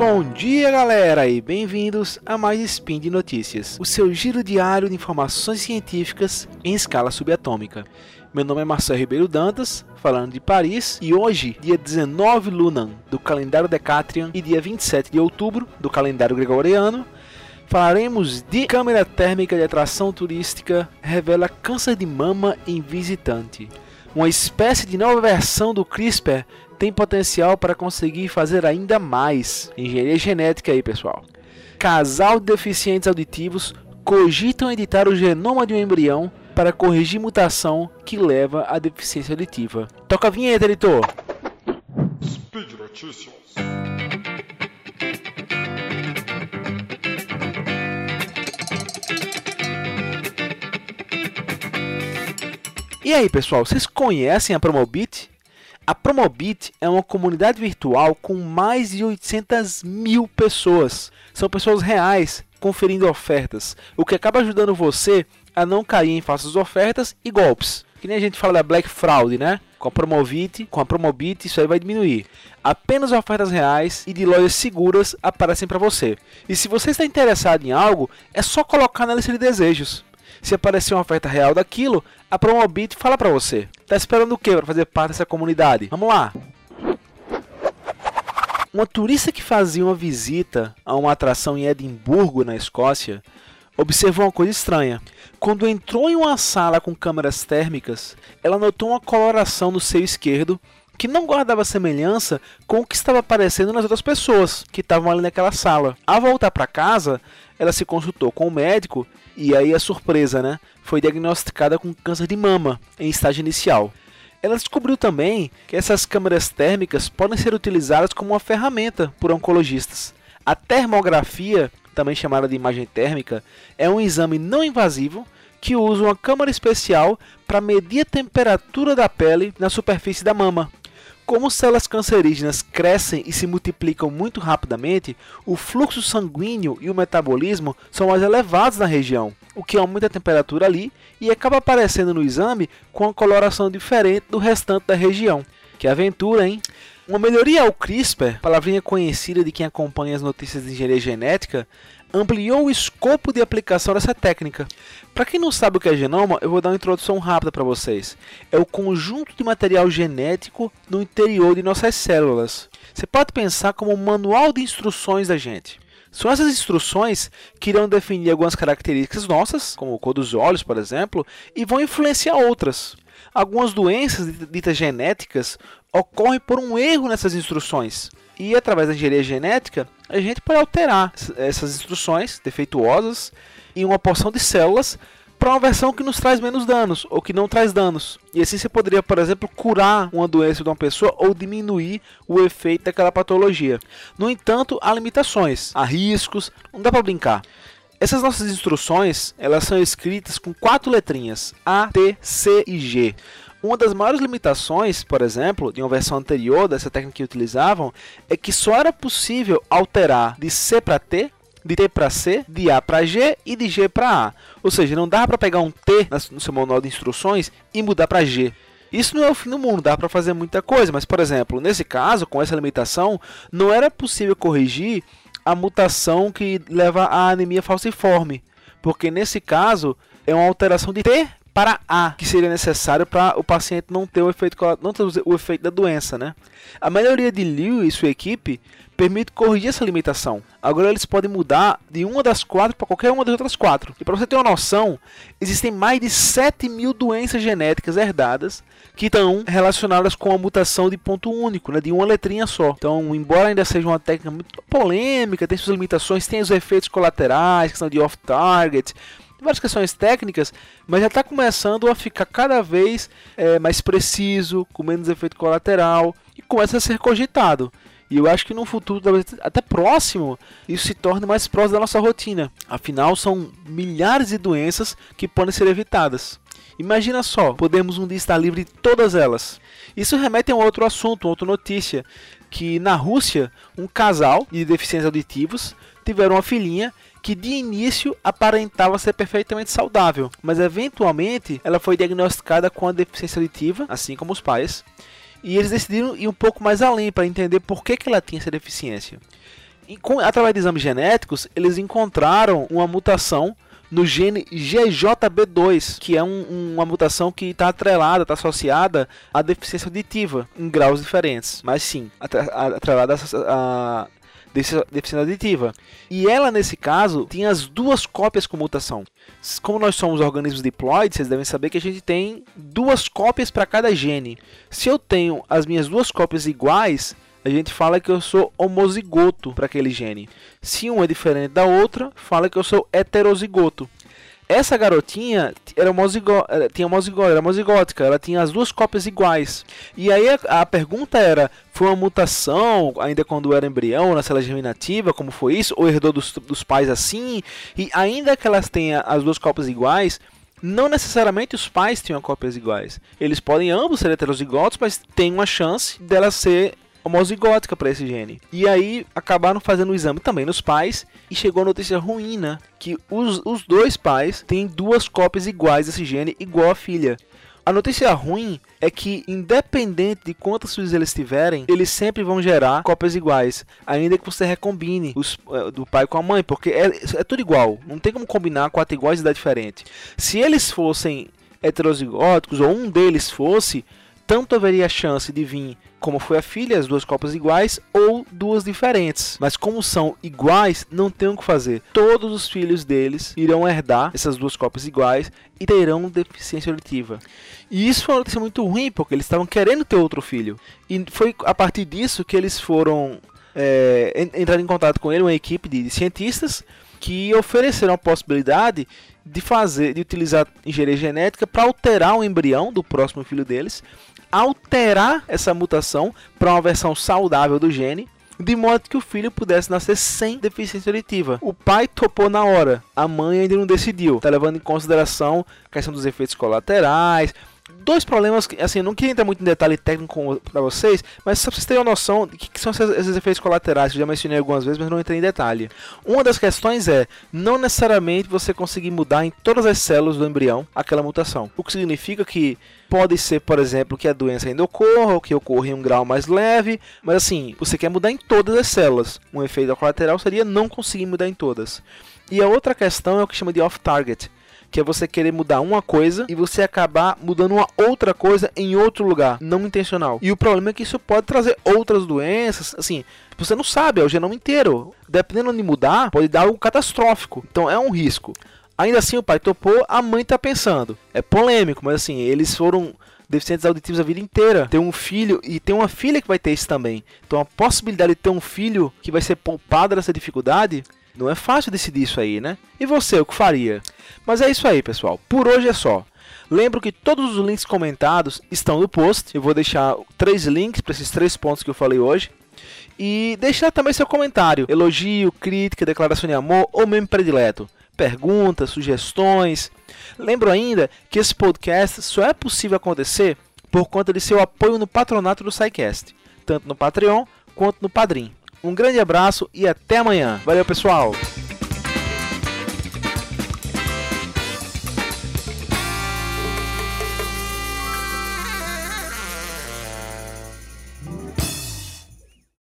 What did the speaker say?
Bom dia, galera, e bem-vindos a mais Spin de Notícias, o seu giro diário de informações científicas em escala subatômica. Meu nome é Marcelo Ribeiro Dantas, falando de Paris, e hoje, dia 19 Lunan, do calendário Decatrian, e dia 27 de outubro, do calendário Gregoriano, falaremos de câmera térmica de atração turística revela câncer de mama em visitante. Uma espécie de nova versão do CRISPR tem potencial para conseguir fazer ainda mais. Engenharia genética aí, pessoal. Casal de deficientes auditivos cogitam editar o genoma de um embrião para corrigir mutação que leva à deficiência auditiva. Toca a vinheta, editor. Speed Notícias. E aí, pessoal, vocês conhecem a Promobit? A Promobit é uma comunidade virtual com mais de 800 mil pessoas. São pessoas reais conferindo ofertas, o que acaba ajudando você a não cair em falsas ofertas e golpes. Que nem a gente fala da Black Fraud, né? Com a Promobit isso aí vai diminuir. Apenas ofertas reais e de lojas seguras aparecem para você. E se você está interessado em algo, é só colocar na lista de desejos. Se aparecer uma oferta real daquilo, a Promobit fala pra você. Tá esperando o que para fazer parte dessa comunidade? Vamos lá! Uma turista que fazia uma visita a uma atração em Edimburgo, na Escócia, observou uma coisa estranha. Quando entrou em uma sala com câmeras térmicas, ela notou uma coloração no seio esquerdo que não guardava semelhança com o que estava aparecendo nas outras pessoas que estavam ali naquela sala. Ao voltar para casa, ela se consultou com o médico e aí a surpresa, né? Foi diagnosticada com câncer de mama em estágio inicial. Ela descobriu também que essas câmeras térmicas podem ser utilizadas como uma ferramenta por oncologistas. A termografia, também chamada de imagem térmica, é um exame não invasivo que usa uma câmera especial para medir a temperatura da pele na superfície da mama. Como células cancerígenas crescem e se multiplicam muito rapidamente, o fluxo sanguíneo e o metabolismo são mais elevados na região, o que aumenta a temperatura ali e acaba aparecendo no exame com uma coloração diferente do restante da região. Que aventura, hein? Uma melhoria ao CRISPR, palavrinha conhecida de quem acompanha as notícias de engenharia genética, ampliou o escopo de aplicação dessa técnica. Para quem não sabe o que é genoma, eu vou dar uma introdução rápida para vocês. É o conjunto de material genético no interior de nossas células. Você pode pensar como um manual de instruções da gente. São essas instruções que irão definir algumas características nossas, como a cor dos olhos, por exemplo, e vão influenciar outras. Algumas doenças ditas genéticas ocorrem por um erro nessas instruções. E através da engenharia genética, a gente pode alterar essas instruções defeituosas em uma porção de células para uma versão que nos traz menos danos ou que não traz danos. E assim você poderia, por exemplo, curar uma doença de uma pessoa ou diminuir o efeito daquela patologia. No entanto, há limitações, há riscos, não dá para brincar. Essas nossas instruções, elas são escritas com 4 letrinhas, A, T, C e G. Uma das maiores limitações, por exemplo, de uma versão anterior dessa técnica que utilizavam, é que só era possível alterar de C para T, de T para C, de A para G e de G para A. Ou seja, não dava para pegar um T no seu manual de instruções e mudar para G. Isso não é o fim do mundo, dá para fazer muita coisa, mas, por exemplo, nesse caso, com essa limitação, não era possível corrigir a mutação que leva à anemia falciforme, porque nesse caso é uma alteração de T para A, que seria necessário para o paciente não ter o efeito da doença, né? A melhoria de Liu e sua equipe permite corrigir essa limitação. Agora eles podem mudar de uma das 4 para qualquer uma das outras 4. E para você ter uma noção, existem mais de 7 mil doenças genéticas herdadas que estão relacionadas com a mutação de ponto único, né, de uma letrinha só. Então, embora ainda seja uma técnica muito polêmica, tem suas limitações, tem os efeitos colaterais, questão de off-target, várias questões técnicas, mas já está começando a ficar cada vez mais preciso, com menos efeito colateral, e começa a ser cogitado. E eu acho que no futuro, talvez até próximo, isso se torne mais próximo da nossa rotina. Afinal, são milhares de doenças que podem ser evitadas. Imagina só, podemos um dia estar livre de todas elas. Isso remete a um outro assunto, uma outra notícia, que na Rússia, um casal de deficientes auditivos tiveram uma filhinha que de início aparentava ser perfeitamente saudável, mas eventualmente ela foi diagnosticada com a deficiência auditiva, assim como os pais, e eles decidiram ir um pouco mais além para entender por que ela tinha essa deficiência. Através de exames genéticos, eles encontraram uma mutação no gene GJB2, que é uma mutação que está atrelada, está associada à deficiência auditiva, em graus diferentes, mas sim, atrelada à deficiência auditiva. E ela, nesse caso, tinha as duas cópias com mutação. Como nós somos organismos diploides, vocês devem saber que a gente tem duas cópias para cada gene. Se eu tenho as minhas duas cópias iguais, a gente fala que eu sou homozigoto para aquele gene. Se um é diferente da outra, fala que eu sou heterozigoto. Essa garotinha era homozigótica, ela tinha as duas cópias iguais. E aí a pergunta era, foi uma mutação ainda quando era embrião, na célula germinativa, como foi isso? Ou herdou dos pais assim? E ainda que elas tenham as duas cópias iguais, não necessariamente os pais tinham cópias iguais. Eles podem ambos ser heterozigotos, mas tem uma chance dela ser homozigótica para esse gene. E aí acabaram fazendo o exame também nos pais e chegou a notícia ruim, né? Que os dois pais têm duas cópias iguais desse gene, igual a filha. A notícia ruim é que, independente de quantos filhos eles tiverem, eles sempre vão gerar cópias iguais, ainda que você recombine do pai com a mãe, porque é tudo igual, não tem como combinar 4 iguais e dar diferente. Se eles fossem heterozigóticos, ou um deles fosse, tanto haveria chance de vir, como foi a filha, as duas cópias iguais ou duas diferentes. Mas como são iguais, não tem o que fazer. Todos os filhos deles irão herdar essas duas cópias iguais e terão deficiência auditiva. E isso foi uma notícia muito ruim, porque eles estavam querendo ter outro filho. E foi a partir disso que eles foram entrar em contato com ele, uma equipe de cientistas, que ofereceram a possibilidade de utilizar engenharia genética para alterar o embrião do próximo filho deles, alterar essa mutação para uma versão saudável do gene, de modo que o filho pudesse nascer sem deficiência auditiva. O pai topou na hora, a mãe ainda não decidiu, está levando em consideração a questão dos efeitos colaterais. Dois problemas que, assim, eu não queria entrar muito em detalhe técnico para vocês, mas só para vocês terem uma noção de que são esses efeitos colaterais, que eu já mencionei algumas vezes, mas não entrei em detalhe. Uma das questões é, não necessariamente você conseguir mudar em todas as células do embrião aquela mutação. O que significa que pode ser, por exemplo, que a doença ainda ocorra, ou que ocorra em um grau mais leve, mas assim, você quer mudar em todas as células. Um efeito colateral seria não conseguir mudar em todas. E a outra questão é o que chama de off-target, que é você querer mudar uma coisa e você acabar mudando uma outra coisa em outro lugar, não intencional. E o problema é que isso pode trazer outras doenças, assim, você não sabe, é o genoma inteiro. Dependendo de mudar, pode dar algo catastrófico. Então é um risco. Ainda assim o pai topou, a mãe está pensando. É polêmico, mas assim, eles foram deficientes auditivos a vida inteira. Tem um filho e tem uma filha que vai ter isso também. Então a possibilidade de ter um filho que vai ser poupado dessa dificuldade, não é fácil decidir isso aí, né? E você, o que faria? Mas é isso aí, pessoal. Por hoje é só. Lembro que todos os links comentados estão no post. Eu vou deixar 3 links para esses 3 pontos que eu falei hoje. E deixar também seu comentário. Elogio, crítica, declaração de amor ou meme predileto. Perguntas, sugestões. Lembro ainda que esse podcast só é possível acontecer por conta de seu apoio no patronato do SciCast. Tanto no Patreon quanto no Padrim. Um grande abraço e até amanhã. Valeu, pessoal!